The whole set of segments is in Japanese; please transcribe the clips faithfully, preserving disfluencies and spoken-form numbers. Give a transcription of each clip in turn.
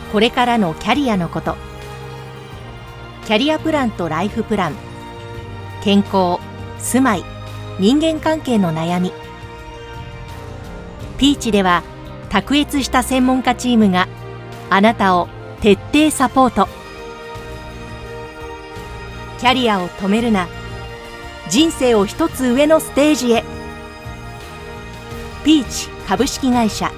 これからのキャリアのこと、キャリアプランとライフプラン、健康、住まい、人間関係の悩み。ピーチでは卓越した専門家チームがあなたを徹底サポート。キャリアを止めるな、人生を一つ上のステージへ。ピーチ株式会社。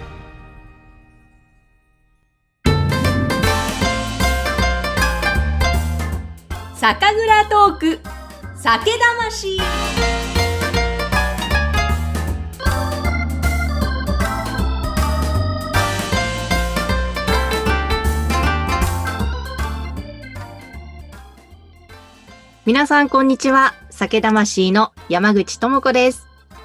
酒蔵トーク、酒魂。皆さんこんにちは。酒魂の山口智子です。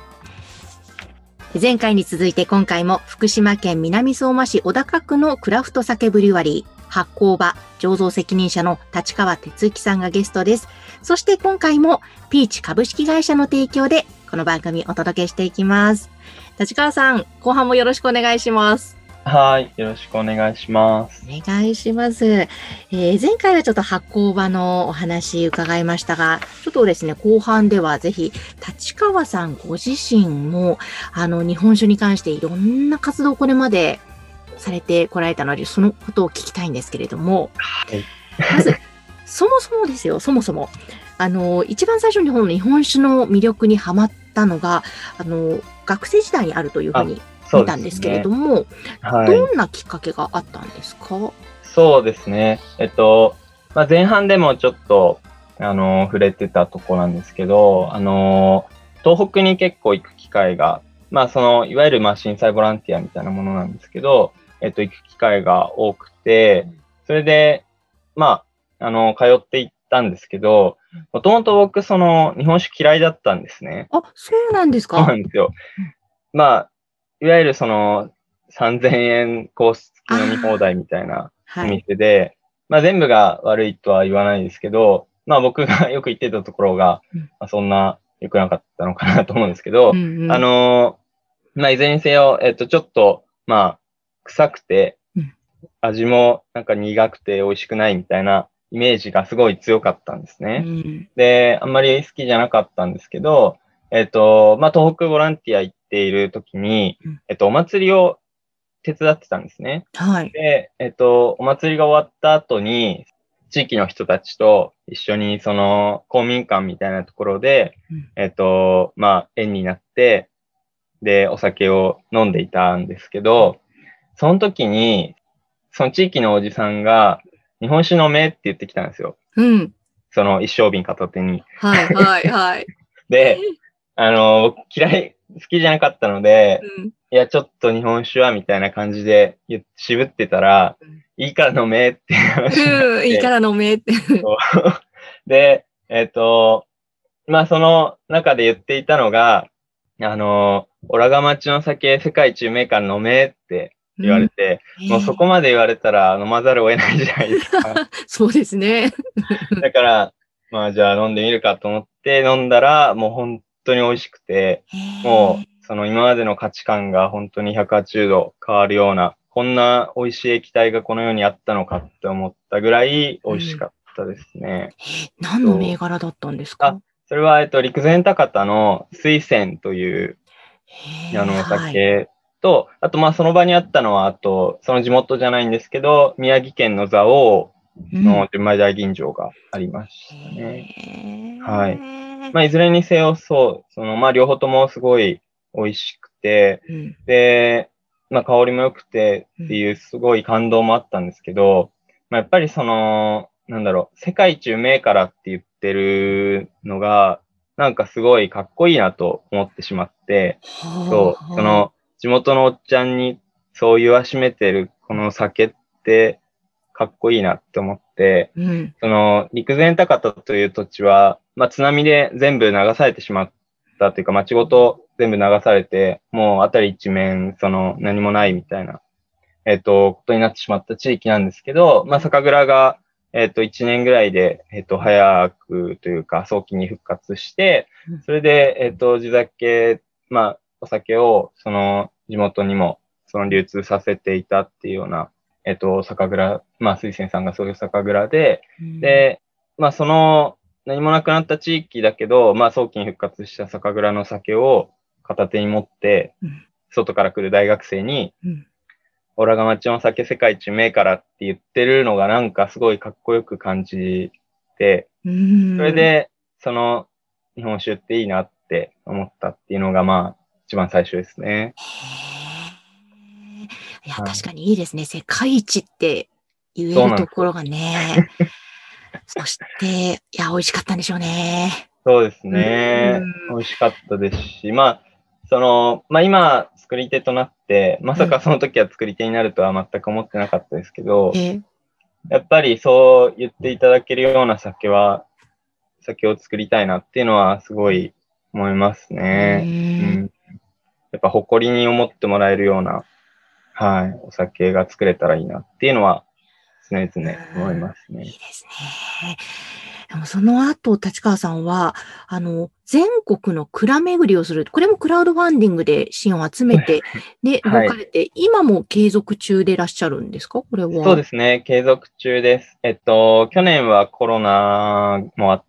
前回に続いて今回も福島県南相馬市小高区のクラフト酒ブリュワリー発酵場醸造責任者の立川哲之さんがゲストです。そして今回もピーチ株式会社の提供でこの番組お届けしていきます。立川さん、後半もよろしくお願いします。 はい、よろしくお願いします。 お願いします。えー、前回はちょっと発酵場のお話伺いましたが、ちょっとですね、後半ではぜひ、立川さんご自身も、あの、日本酒に関していろんな活動をこれまでされてこられたので、そのことを聞きたいんですけれども、 はい、 まず、そもそもですよ、そもそも、あの、一番最初にこの日本酒の魅力にハマったのが、あの、学生時代にあるというふうに、見たんですけれども、ね、はい、どんなきっかけがあったんですか？ そうですね。えっと、まあ、前半でもちょっと、あの、触れてたとこなんですけど、あの、東北に結構行く機会が、まあ、その、いわゆる、まあ、震災ボランティアみたいなものなんですけど、えっと、行く機会が多くて、それで、まあ、あの、通って行ったんですけど、もともと僕、その、日本酒嫌いだったんですね。 あ、そうなんですか？ そうなんですよ。まあ、いわゆるそのさんぜんえんコース付き飲み放題みたいなお店で、はい、まあ全部が悪いとは言わないですけど、まあ僕がよく行ってたところが、うん、まあ、そんな良くなかったのかなと思うんですけど、うんうん、あのー、まあいずれにせよ、えっとちょっと、まあ臭くて、味もなんか苦くて美味しくないみたいなイメージがすごい強かったんですね。うん、で、あんまり好きじゃなかったんですけど、えっと、まあ東北ボランティア行っている時に、えっと、お祭りを手伝ってたんですね。 はい。 で、えっと、お祭りが終わった後に、地域の人たちと一緒に、その、公民館みたいなところで、うん、えっと、まあ、縁になって、で、お酒を飲んでいたんですけど、その時に、その地域のおじさんが、日本酒飲めって言ってきたんですよ。 うん。 その一升瓶片手に。 はい、はい、はい。 で、あの、嫌い、好きじゃなかったので、うん、いや、ちょっと日本酒は、みたいな感じで渋ってたら、うん、いいから飲めって話になって、 うん、いいから飲めって。 で、えっと、まあ、その中で言っていたのが、あの、オラが町の酒、世界一うめえから飲めって言われて、うん、もうそこまで言われたら飲まざるを得ないじゃないですか。 そうですね。 だから、まあ、じゃあ飲んでみるかと思って飲んだら、もう本当に美味しくて、もう、その今までの価値観が本当にひゃくはちじゅうど変わるような、こんな美味しい液体がこの世にあったのかって思ったぐらい美味しかったですね。 うん、何の銘柄だったんですか？ あ、それは、えっと、陸前高田の水仙という、あの、お酒と、はい、あと、まあ、その場にあったのは、あと、その地元じゃないんですけど、宮城県の蔵王の純米大吟醸がありましたね。うん、はい。まあ、いずれにせよ、そう、その、まあ、両方ともすごい美味しくて、うん、で、まあ、香りも良くてっていうすごい感動もあったんですけど、まあ、やっぱりその、なんだろう、世界一うめえからって言ってるのが、なんかすごいかっこいいなと思ってしまって、そう、その、地元のおっちゃんにそう言わしめてるこの酒って、かっこいいなって思って、うん、その、陸前高田という土地は、まあ、津波で全部流されてしまったというか、町ごと全部流されて、もうあたり一面、その、何もないみたいな、えっと、ことになってしまった地域なんですけど、まあ、酒蔵が、えっと、一年ぐらいで、えっと、早くというか、早期に復活して、それで、えっと、地酒、まあ、お酒を、その、地元にも、その、流通させていたっていうような、 えっと、酒蔵、まあ、水仙さんがそういう酒蔵で、 うん、 で、まあ、その、何もなくなった地域だけど、まあ、早期に復活した酒蔵の酒を片手に持って、 うん、 外から来る大学生に、 うん、 オラが町の酒世界一うめえからって言ってるのがなんかすごいかっこよく感じて、 うん、 それで、その、日本酒っていいなって思ったっていうのが、まあ、一番最初ですね。 へえ。いや、 はい。 確かにいいですね。世界一って言えそうなんですよ。 るところがね。そして、いや、美味しかったんでしょうね。 そうですうーね。美ん。 味しかったですし、まあ、その、まあ今、作り手となって、まさえかその時は作り手になるとは全く思ってなかったですけど、 え、 やっぱりそう言っていただけるような酒は、酒を作りたいなっていうのはすごい思いますうね。うーん。 ん。やっぱ誇りに思ってもらえるような、はい、お酒が作れたらいいなっていうのは常々 う思いーん。 ますね。 いいですね。でもその後、立川さんは、あの、全国の蔵巡りをする。これもクラウドファンディングで支援を集めて、で、動はい。 かれて、今も継続中でいらっしゃるんですか、これそうは？ ですね。継続中です。えっと、去年はコロナもあって、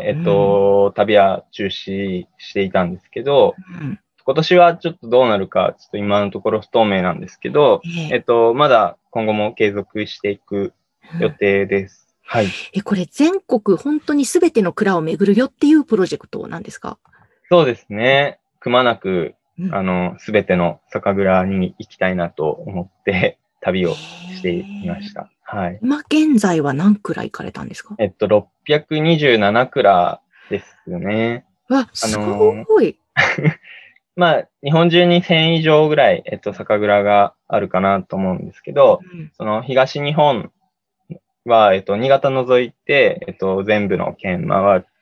えっうん。 と、旅は中止していたんですけど、 うん。 今年はちょっとどうなるか、ちょっと今のところ不透明なんですけど、 ええ。 えっと、まだ今後も継続していく予うん。 定です。はい。 え、これ全国本当に全ての蔵を巡るよっていうプロジェクトなんですか？ そうですね。くまなく、 うん。 あの、すべての酒蔵に行きたいなと思って旅をしてへいましえ。 た。はい。 今現在は何蔵行かれたんですか？ えっと、ろっぴゃくにじゅうなな蔵ですね。 わ、 あすのごい。 まあ、日本中にせん以上ぐらい、えっと、酒蔵があるかなと思うんですけど、 うん。 その東日本は、えっと、新潟除いて、えっと、全部の県回って、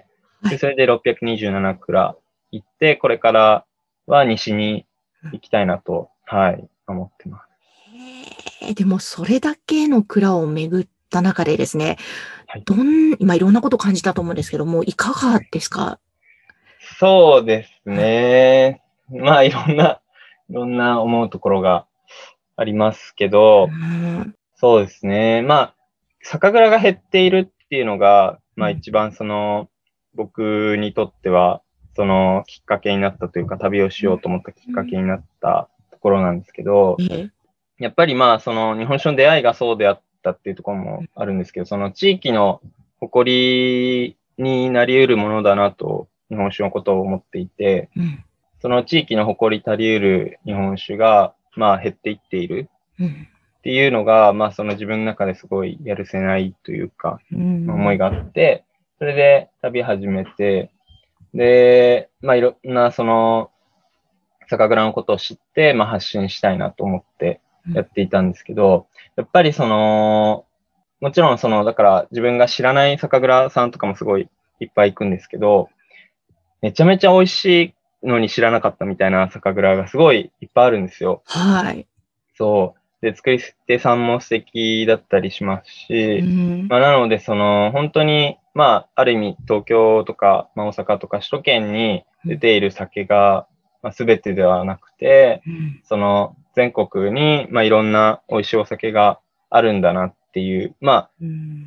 で、 はい。 それでろっぴゃくにじゅうなな蔵行って、これからは西にうん。 行きたいなと、はい、思ってます。 へえ、でもそれだけの蔵を巡った中でですね、 はい。 どん今いろんなこと感じたと思うんですけども、いかがですか？ そうですうん。 ね。まあ、いろんな、いろんな思うところがありますけうど、 ーん。 そうですね。まあ、酒蔵が減っているっていうのが、まあうん。 一番その、僕にとっては、そのきっかけになったというか、旅をしようと思ったきっうん。 かけになったところなんですけど、 ええ。 やっぱりまあ、その日本酒の出会いがそうであったっていうところもあるんですけど、その地域の誇りになり得るものだなと、日本酒のことを思っていて、 うん。 その地域の誇り足り得る日本酒が、まあ減っていっている。 うん。 っていうのが、まあその自分の中ですごいやるせないというか、 うん。 思いがあって、それで旅始めて、で、まあいろんなその酒蔵のことを知って、まあ発信したいなと思ってうん。 やっていたんですけど、やっぱりその、もちろんその、だから自分が知らない酒蔵さんとかもすごいいっぱい行くんですけど、めちゃめちゃ美味しいのに知らなかったみたいな酒蔵がすごいいっぱいあるんですよ。 はい。 そう。で、作り手さんも素敵だったりしますうし、 ん。 まあ、なので、その、本当に、まあ、ある意味、東京とか、まあ、大阪とか首都圏にうん。 出ている酒が、まあ、全てではなくて、 うん。 その、全国に、まあ、いろんな美味しいお酒があるんだなっていう、まあ、 うん。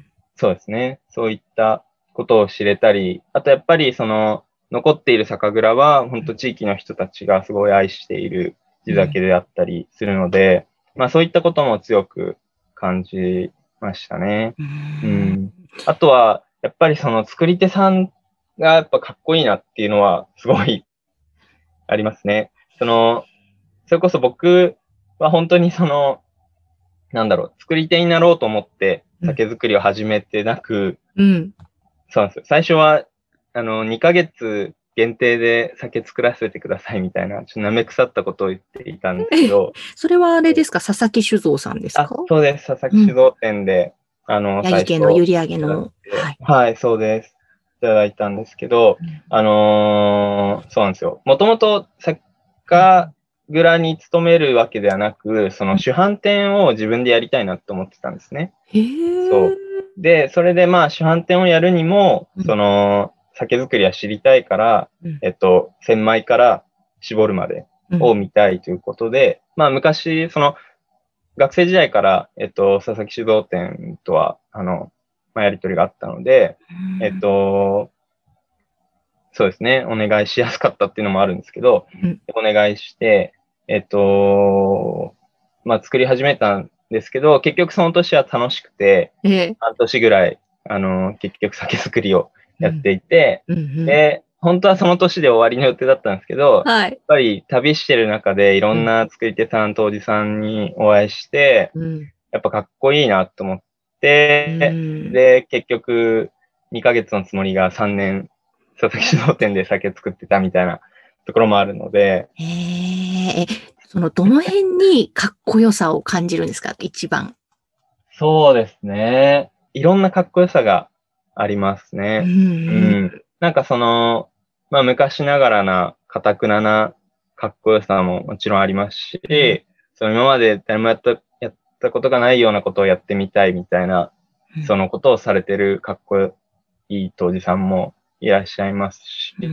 そうですね。そういったことを知れたり、あとやっぱりその残っている酒蔵は本当地域の人たちがすごい愛している地うん。 酒であったりするので、まあそういったことも強く感じましたね。 ううん。 ん。あとは、やっぱりその作り手さんがやっぱかっこいいなっていうのはすごいありますね。その、それこそ僕は本当にその、なんだろう、作り手になろうと思ってうん。 酒造りを始めてなく、 うん。 そうなんですよ。最初は、あの、にかげつ限定で酒作らせてくださいみたいな、ちょっと舐め腐ったことを言っていたんですけえ、 ど、 それはあれですか、佐々木酒造さんですあ、 か？ そうです。佐々 うん。 木酒造店で、あの、 ヤギ最初、 系の閖上やらの、 せて、 はい。 はい、そうです。いただいたんですけど、 うん。 あのーそうなんですよ。もともと酒うん。 蔵に勤めるわけではなく、そうん。 の主販店を自分でやりたいなと思ってたんですね。 へえ。 そう。で、それでまあ、主販店をやるにも、 うん。 その、酒造りは知りたいから、 うん。 えっと、千枚から絞るまでうん。 を見たいということで、まあ、昔、その、 学生時代から、えっと、佐々木酒造店とは、あの、まあ、やりとりがあったので、えっと、そうですね、お願いしやすかったっていうのもあるんですけど、 うん、 お願いして、えっと、まあ、作り始めたんですけど、結局その年は楽しくて、 ええ、 半年ぐらい、あの、結局酒造りをうん、 やっていて、 うん、うん。 で、本当はその年で終わりの予定だったんですけど、 はい。 やっぱり旅してる中でいろうん、 んな作り手さん、杜氏さんにお会いして、 うん、 やっぱかっこいいなと思っうて、 ん。 で、結局にかげつのつもりがさんねん、佐々木酒造店で酒作ってたみたいなところもあるので、 ええ、え、その、どの辺にかっこよさを感じるんですか？一番。 そうですね。いろんなかっこよさがありますうね。うん、うん、 ん。なんかその、まあ昔ながらな、堅くななかっこよさももちろんありますうん、 し、その今まで誰もやった、やったことがないようなことをやってみたいみたいな、 うん、 そのことをされてるかっこいい杜氏さんもいらっしゃいますうん、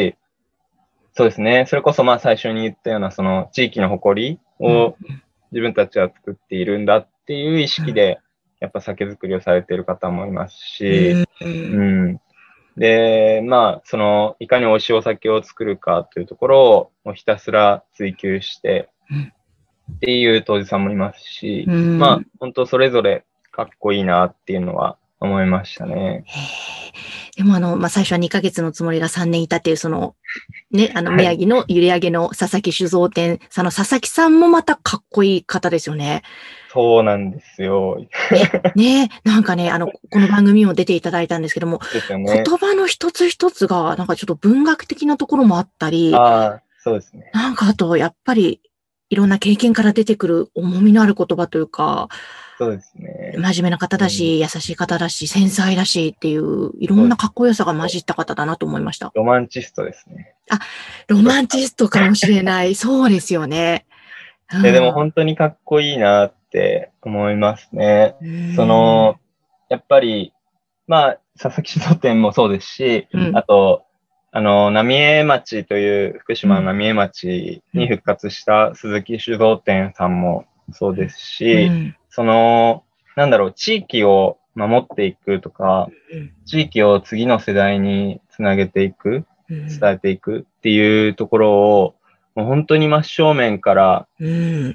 し、そうですね。それこそまあ最初に言ったようなその地域の誇りうん、 を自分たちは作っているんだっていう意識で、やっぱ酒造りをされている方もいますし、 うん、うん、 うん。で、まあ、その、いかに美味しいお酒を作るかというところをもうひたすら追求してっていう杜氏さんもいますし、 うん、 まあ、 うん。 本当それぞれかっこいいなっていうのは思いましたね。 へえ。でもあの、まあ、最初はにかげつのつもりがさんねんいたっていう、その、ね、あの、 はい。 宮城の閖上の佐々木酒造店、その佐々木さんもまたかっこいい方ですよね。 そうなんですよ。 え、ね、なんかね、あの、この番組にも出ていただいたんですけども、 ですよね。 言葉の一つ一つが、なんかちょっと文学的なところもあったり、 ああ、そうですね。 なんかあと、やっぱり、いろんな経験から出てくる重みのある言葉というか、 そうですね。 真面目な方うん、 だし、優しい方だし、繊細だしっていう、いろんなそうです。 かっこよさが混じった方だなと思いました。 ロマンチストですね。 あ、ロマンチストかもしれない。そうですよね。うえ、でもん。 本当にかっこいいなって思いますね。 うそーん。 の、やっぱり、まあ、佐々木酒造店もそうですし、 うん。 あと、あの、浪江町という福島のうん。 浪江町うん。 に復活した鈴木酒造店さんもそうですし、 うん。 その、なんだろう、地域を守っていくとか、地域を次の世代につなげていく、 うん。 伝えていくっていうところを、もう本当に真正面からうん。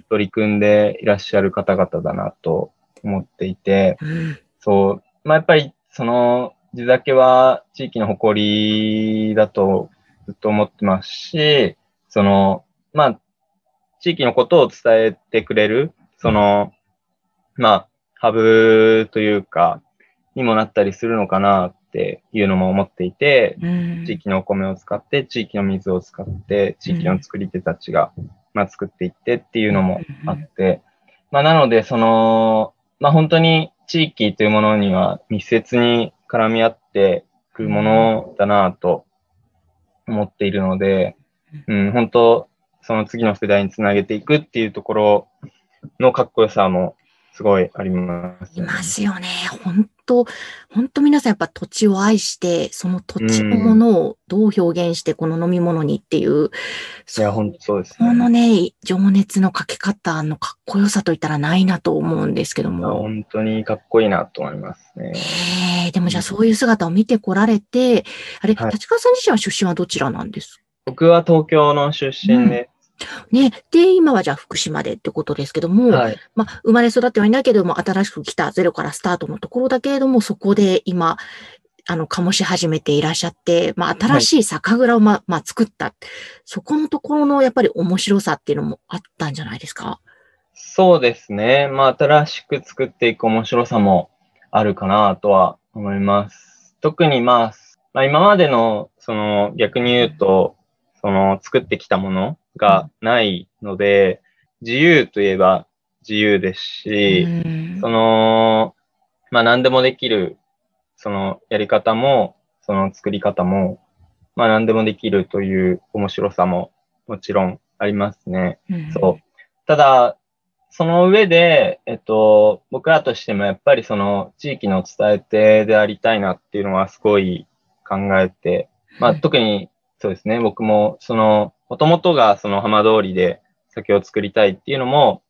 取り組んでいらっしゃる方々だなと思っていて、 うん。 そう、まあ、やっぱりその地酒は地域の誇りだとずっと思ってますし、その、まあ、地域のことを伝えてくれる、その、まあ、ハブというか、にもなったりするのかなっていうのも思っていて、 うん。 地域のお米を使って、地域の水を使って、地域の作り手たちが、まあ、作っていってっていうのもあって、まあ、なので、その、まあ、本当に地域というものには密接に絡み合っていくものだなと思っているので、うん、本当、その次の世代につなげていくっていうところのかっこよさもすごいありますいまよね。 すよね。本当本当皆さんやっぱ土地を愛して、その土う地のもん。 のをどう表現してこの飲み物にっていう、そいや、本当そうですこのね。 ね、情熱のかけ方のかっこよさといったらないなと思うんですけどあ、 も。 本当にかっこいいなと思いますね。 へえ、でもうん、 じゃあそういう姿を見てこられて、あれ、 はい。 立川さん自身は出身はどちらなんです僕は東京の出うん。 身で、 ね。で、今はじゃあ福島でってことですけども、 はい。 まあ、生まれ育ってはいないけれども、新しく来たゼロからスタートのところだけれども、そこで今、あの、醸し始めていらっしゃって、まあ、新はい。 しい酒蔵をま、まあ、作った。そこのところのやっぱり面白さっていうのもあったんじゃないですかそうですね。まあ、新しく作っていく面白さもあるかなとは思います。特にまあ、まあ、今までの、その、逆に言うと、その、作ってきたものがないので、自由といえば自由ですうし、そん。 の、まあ、何でもできる、その、やり方も、その作り方も、まあ、何でもできるという面白さももちろんありますね。 うん。 そう。ただ、その上で、えっと、僕らとしてもやっぱりその地域の伝え手でありたいなっていうのはすごい考えて、まあ特にそうですね、僕もその、もともとがその浜通りで酒を作りたいっていうのも、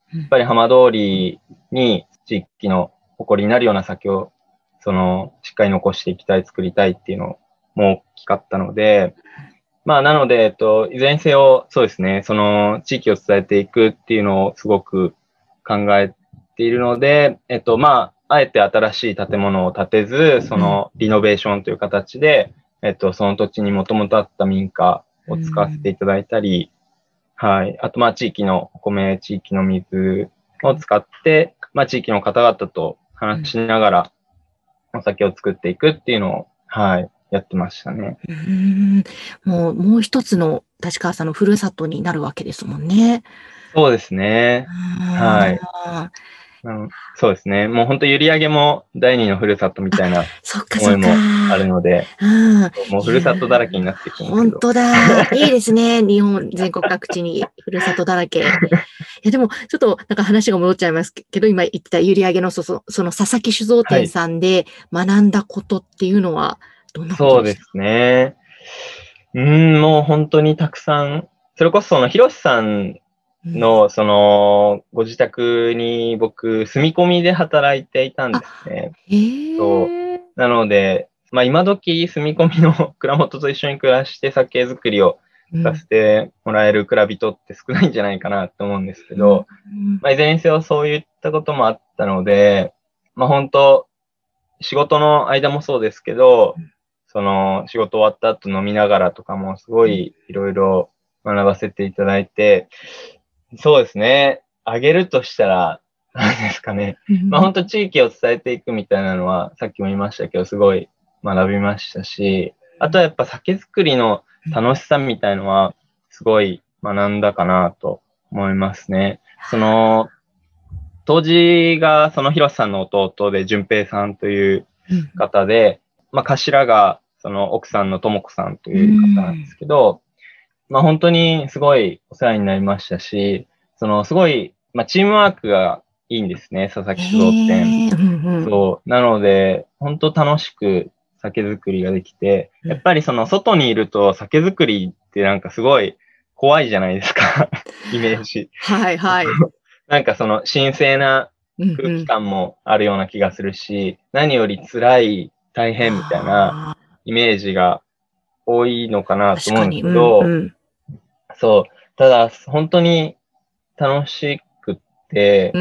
やっぱり浜通りに地域の誇りになるような酒を、その、しっかり残していきたい、作りたいっていうのも大きかったので、まあ、なので、えっと、いずれにせよ、そうですね、その、地域を伝えていくっていうのをすごく考えているので、えっと、まあ、あえて新しい建物を建てず、その、リノベーションという形で、えっと、その土地にもともとあった民家を使わせていただいたり、はい。あと、まあ、地域のお米、地域の水を使って、まあ、地域の方々と話しながら、お酒を作っていくっていうのを、はい、やってましたね。 うーん。もう、もう一つの立川さんのふるさとになるわけですもんね。 そうですね。はい。 ああ。 うん、そうですね。もう本当閖上も第二のふるさとみあ、 たいなそっかそっか。 思いもあるので、 うん。 もうふるさとだらけになっていくんですけど。 ほんとだ。いいですね。日本全国各地にふるさとだらけ。いや、でも、ちょっとなんか話が戻っちゃいますけど、今言ってた閖上のそ、そその佐々木酒造店はい。 さんで学んだことっていうのは、どんなことでした？ そうですね。うーん、もう本当にたくさん、それこそその、ひろしさんうん。 の、その、ご自宅に僕、住み込みで働いていたんあ、 ですね。そへえ。 う。なので、まあ今時住み込みの蔵元と一緒に暮らして酒造りをさうん。 せてもらえる蔵人って少ないんじゃないかなと思うんですけうん。 ど、まあいずれにせよそういったこともあったので、まあ本当、仕事の間もそうですけど、その仕事終わった後飲みながらとかもすごうん。 いいろいろ学ばせていただいて、そうですね。あげるとしたら、何ですかね。まあ本当地域を伝えていくみたいなのは、さっきも言いましたけど、すごい学びましたし、あとはやっぱ酒造りの楽しさみたいのは、すごい学んだかなと思いますね。その、当時がその広瀬さんの弟で淳平さんといううん。 方で、まあ頭がその奥さんの智子さんとういう方なんですん。 けど、まあ本当にすごいお世話になりましたし、そのすごい、まあチームワークがいいんですね、佐々 へ木酒造店。 え。うんうん。 そう。なので、本当楽しく酒造りができて、 うん。 やっぱりその外にいると酒造りってなんかすごい怖いじゃないですか。イメージ。 はいはい。 なんかその神聖なうんうん。 空気感もあるような気がするし、何より辛い、大変みたいなああ、 イメージが多いのかなと思うんです確かに。うんうけど、 ん。 そう。ただ、本当に楽しくって、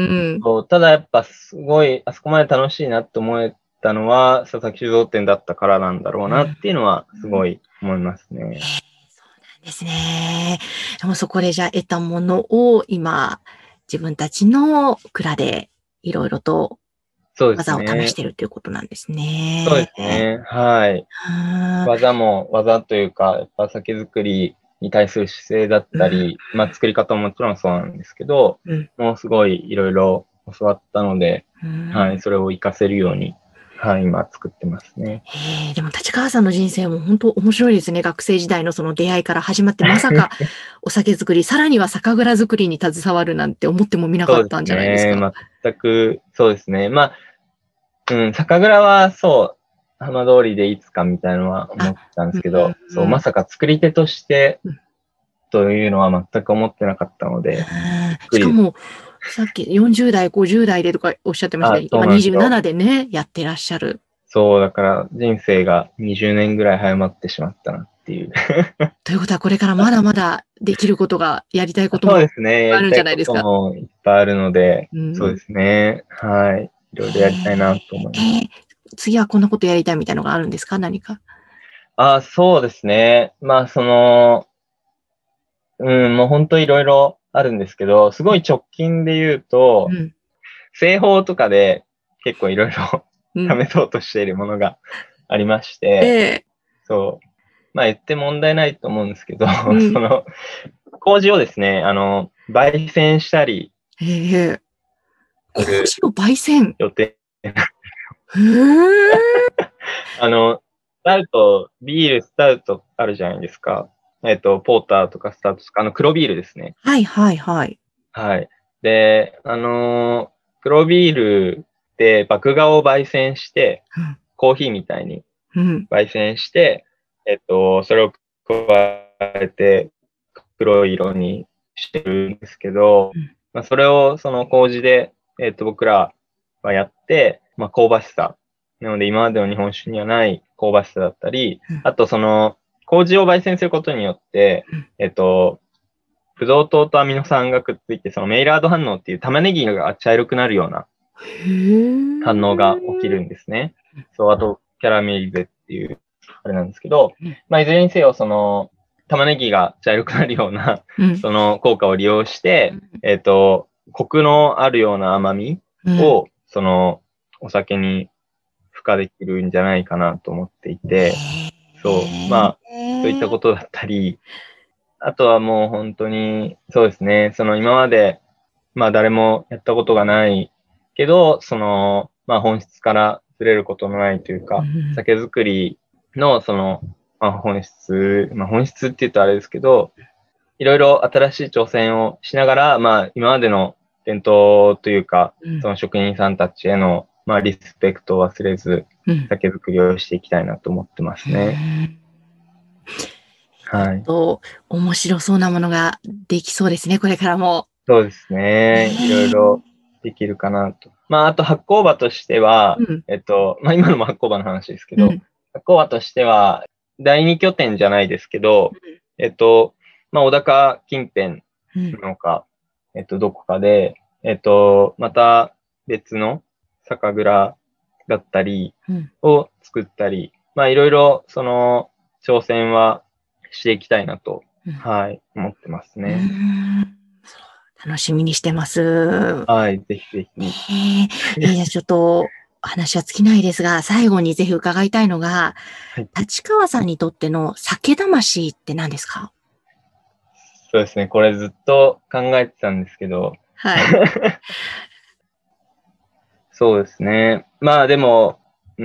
うん。 そう、ただやっぱすごい、あそこまで楽しいなって思えたのは、佐々木酒造店だったからなんだろうなっうん。 ていうのは、すごい思いますへえ、 ね。 そうなんですね。でもそこでじゃあ得たものを今、自分たちの蔵でいろいろとそうです技を試しね。 てるということなんですそうでね。 すね。はい。 ああ、 技も、技というか、やっぱ酒造りに対する姿勢だっうん、 たり、まあ作り方ももちろんそうなんですけど、 うん、 もうすごいいろいろ教わったので、 うはい、 ん。 それを活かせるように、はい、今作ってますね。 へえ、でも立川さんの人生も本当面白いですね。学生時代のその出会いから始まって、まさかお酒作り、さらには酒蔵作りに携わるなんて思ってもみなかそうですったんじゃないですね。 か。 全く、そうですね。まあ、うん、酒蔵はそう、浜通りでいつかみたいなのは思あ、 ってたんでうすけど、そう、まん、 さか作り手としてうん。 というのは全く思ってなかったので、びっくりです。 しかも、さっきよんじゅう代、ごじゅう代でとかおっしゃってましたあ、 ね。 そう今なんですよ。 にじゅうななでね、やってらっしゃる。 そう、だから人生がにじゅうねんぐらい早まってしまったなっていう。 ということは、これからまだまだできることが、やりたいことそうでもすね。やあるんりたいことじゃないですか。 もいっぱいあるので、 うん。 そうですね。はい。いろいろやりたいなへえ、 と思います。 えー次はこんなことやりたいみたいなのがあるんですか？何か。 あ、そうですね。まあ、その、うん、もう本当いろいろあるんですけど、すごい直近で言うと、 うん。 製法とかで結構いろいろうん。 試そうとしているものがありましえて、 え。 そう。まあ言って問題ないと思うんですけど、 うん。 その、麹をですね、あの、焙煎したりええ。 する麹を焙煎。 予定。 ふーん。 あの、スタウト、ビール、スタウトあるじゃないですか。えっと、ポーターとかスタウトとか、あの、黒ビールですね。 はいはいはい。 はい。で、あのー黒ビールで麦芽を焙煎して、コーヒーみたいにうん。 焙煎して、えっと、それを加えて黒い色にしてるんですけど、 まあ、それをその麹で、えっと、僕らはやって、まあ、香ばしさ。なので、今までの日本酒にはない香ばしさだったり、あとその、麹を焙煎することによって、えっと、ブドウ糖とアミノ酸がくっついて、そのメイラード反応っていう玉ねぎが茶色くなるような反応が起きるんですね。そう、あと、キャラメリゼっていう、あれなんですけど、まあ、いずれにせよ、その、玉ねぎが茶色くなるような、その効果を利用して、えっと、コクのあるような甘みを、その、お酒に付加できるんじゃないかなと思っていて、そう、まあ、そういったことだったり、あとはもう本当に、そうですね、その今まで、まあ誰もやったことがないけど、その、まあ本質からずれることのないというか、酒造りのその、まあ本質、まあ本質って言うとあれですけど、いろいろ新しい挑戦をしながら、まあ今までの伝統というか、その職人さんたちへの、まあリスペクトを忘れず、酒造りをしていきたいなと思ってますね。はい。 と、面白そうなものができそうですね、これからも。 そうですね。いろいろできるかなと。まあ、あと発酵場としては、うん、えっと、まあ今のも発酵場の話ですけど、うん、発酵場としては、第二拠点じゃないですけど、うん、えっと、まあ小高近辺なのか、うん、えっと、どこかで、えっと、また別の酒蔵だったりを作ったり、うん、まあいろいろその挑戦はしていきたいなと、うん、はい、思ってますね。 楽しみにしてます。 はい、ぜひぜひ。 ねえ、えー、ちょっと話は尽きないですが、最後にぜひ伺いたいのが、はい、立川さんにとっての酒魂って何ですか？ そうですね、これずっと考えてたんですけど。 はい。 そうですね。まあでも、うん、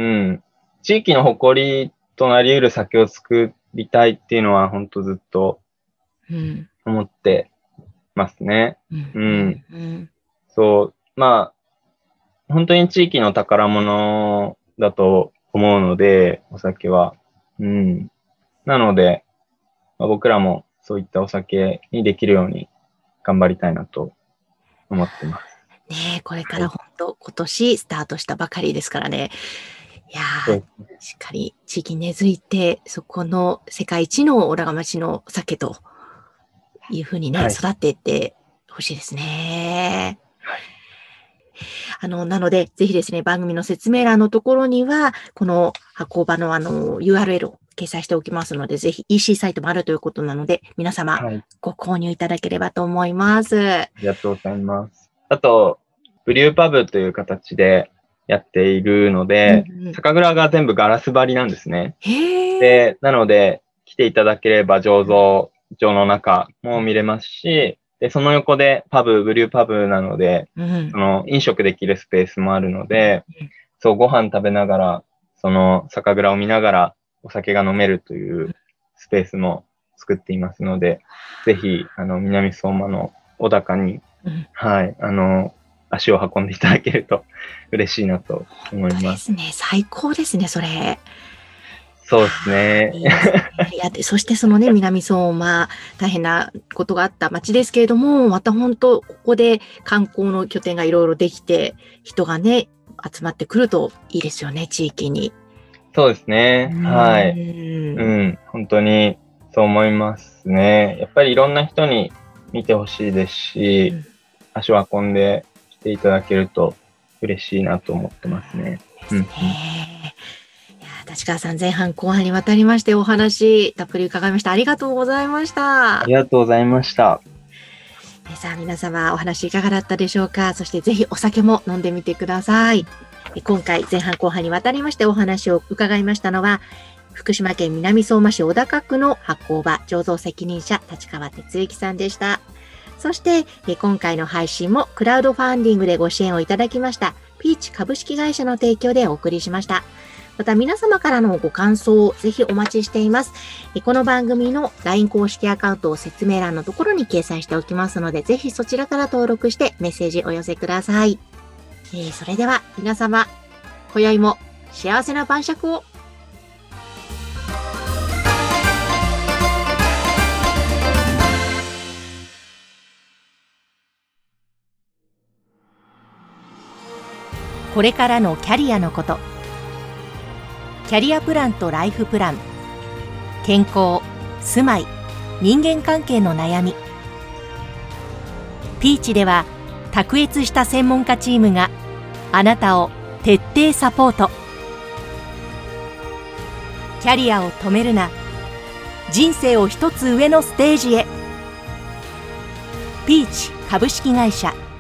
地域の誇りとなり得る酒を作りたいっていうのは本当ずっと思ってますね。うん。うんうん、そう。まあ、本当に地域の宝物だと思うので、お酒は。うん。なので、まあ、僕らもそういったお酒にできるように頑張りたいなと思ってます。 ねえ、これから本当、はい、今年スタートしたばかりですからね。いやー、しっかり地域に根付いて、そこの世界一の小良川町の酒というふうにね、はい、育っていってほしいですね。はい、あの、なので、ぜひですね、番組の説明欄のところには、この発酵場のあの、ユーアールエル を掲載しておきますので、ぜひ イーシー サイトもあるということなので、皆様、はい、ご購入いただければと思います。 ありがとうございます。あと、ブリューパブという形でやっているので、うんうん、酒蔵が全部ガラス張りなんですね。で、なので、来ていただければ醸造所の中も見れますし、で、その横でパブ、ブリューパブなので、うん、その飲食できるスペースもあるので、うん、そう、ご飯食べながら、その酒蔵を見ながらお酒が飲めるというスペースも作っていますので、ぜひ、あの、南相馬の小高に、うん、はい、あの、足を運んでいただけると嬉しいなと思います。 そうですね、最高ですね、それ。 そうですね。 いいですね。いや、そしてそのね、南相馬、大変なことがあった町ですけれども、また本当、ここで観光の拠点がいろいろできて、人がね、集まってくるといいですよね、地域に。 そうですね。はい。うん、本当にそう思いますね。やっぱりいろんな人に見てほしいですし、うん、足を運んで来ていただけると嬉しいなと思ってますね。 ですね。うんうん、立川さん、前半後半にわたりましてお話たっぷり伺いました。ありがとうございました。 ありがとうございました。 さあ、皆様お話いかがだったでしょうか。そしてぜひお酒も飲んでみてください。今回前半後半にわたりましてお話を伺いましたのは、福島県南相馬市小高区の発酵場醸造責任者立川哲之さんでした。そして今回の配信もクラウドファンディングでご支援をいただきましたピーチ株式会社の提供でお送りしました。また皆様からのご感想をぜひお待ちしています。この番組の ライン 公式アカウントを説明欄のところに掲載しておきますので、ぜひそちらから登録してメッセージお寄せください。えー、それでは皆様、今宵も幸せな晩酌を。 これからのキャリアのこと、キャリアプランとライフプラン、健康、住まい、人間関係の悩み。ピーチでは卓越した専門家チームがあなたを徹底サポート。キャリアを止めるな、人生を一つ上のステージへ。ピーチ株式会社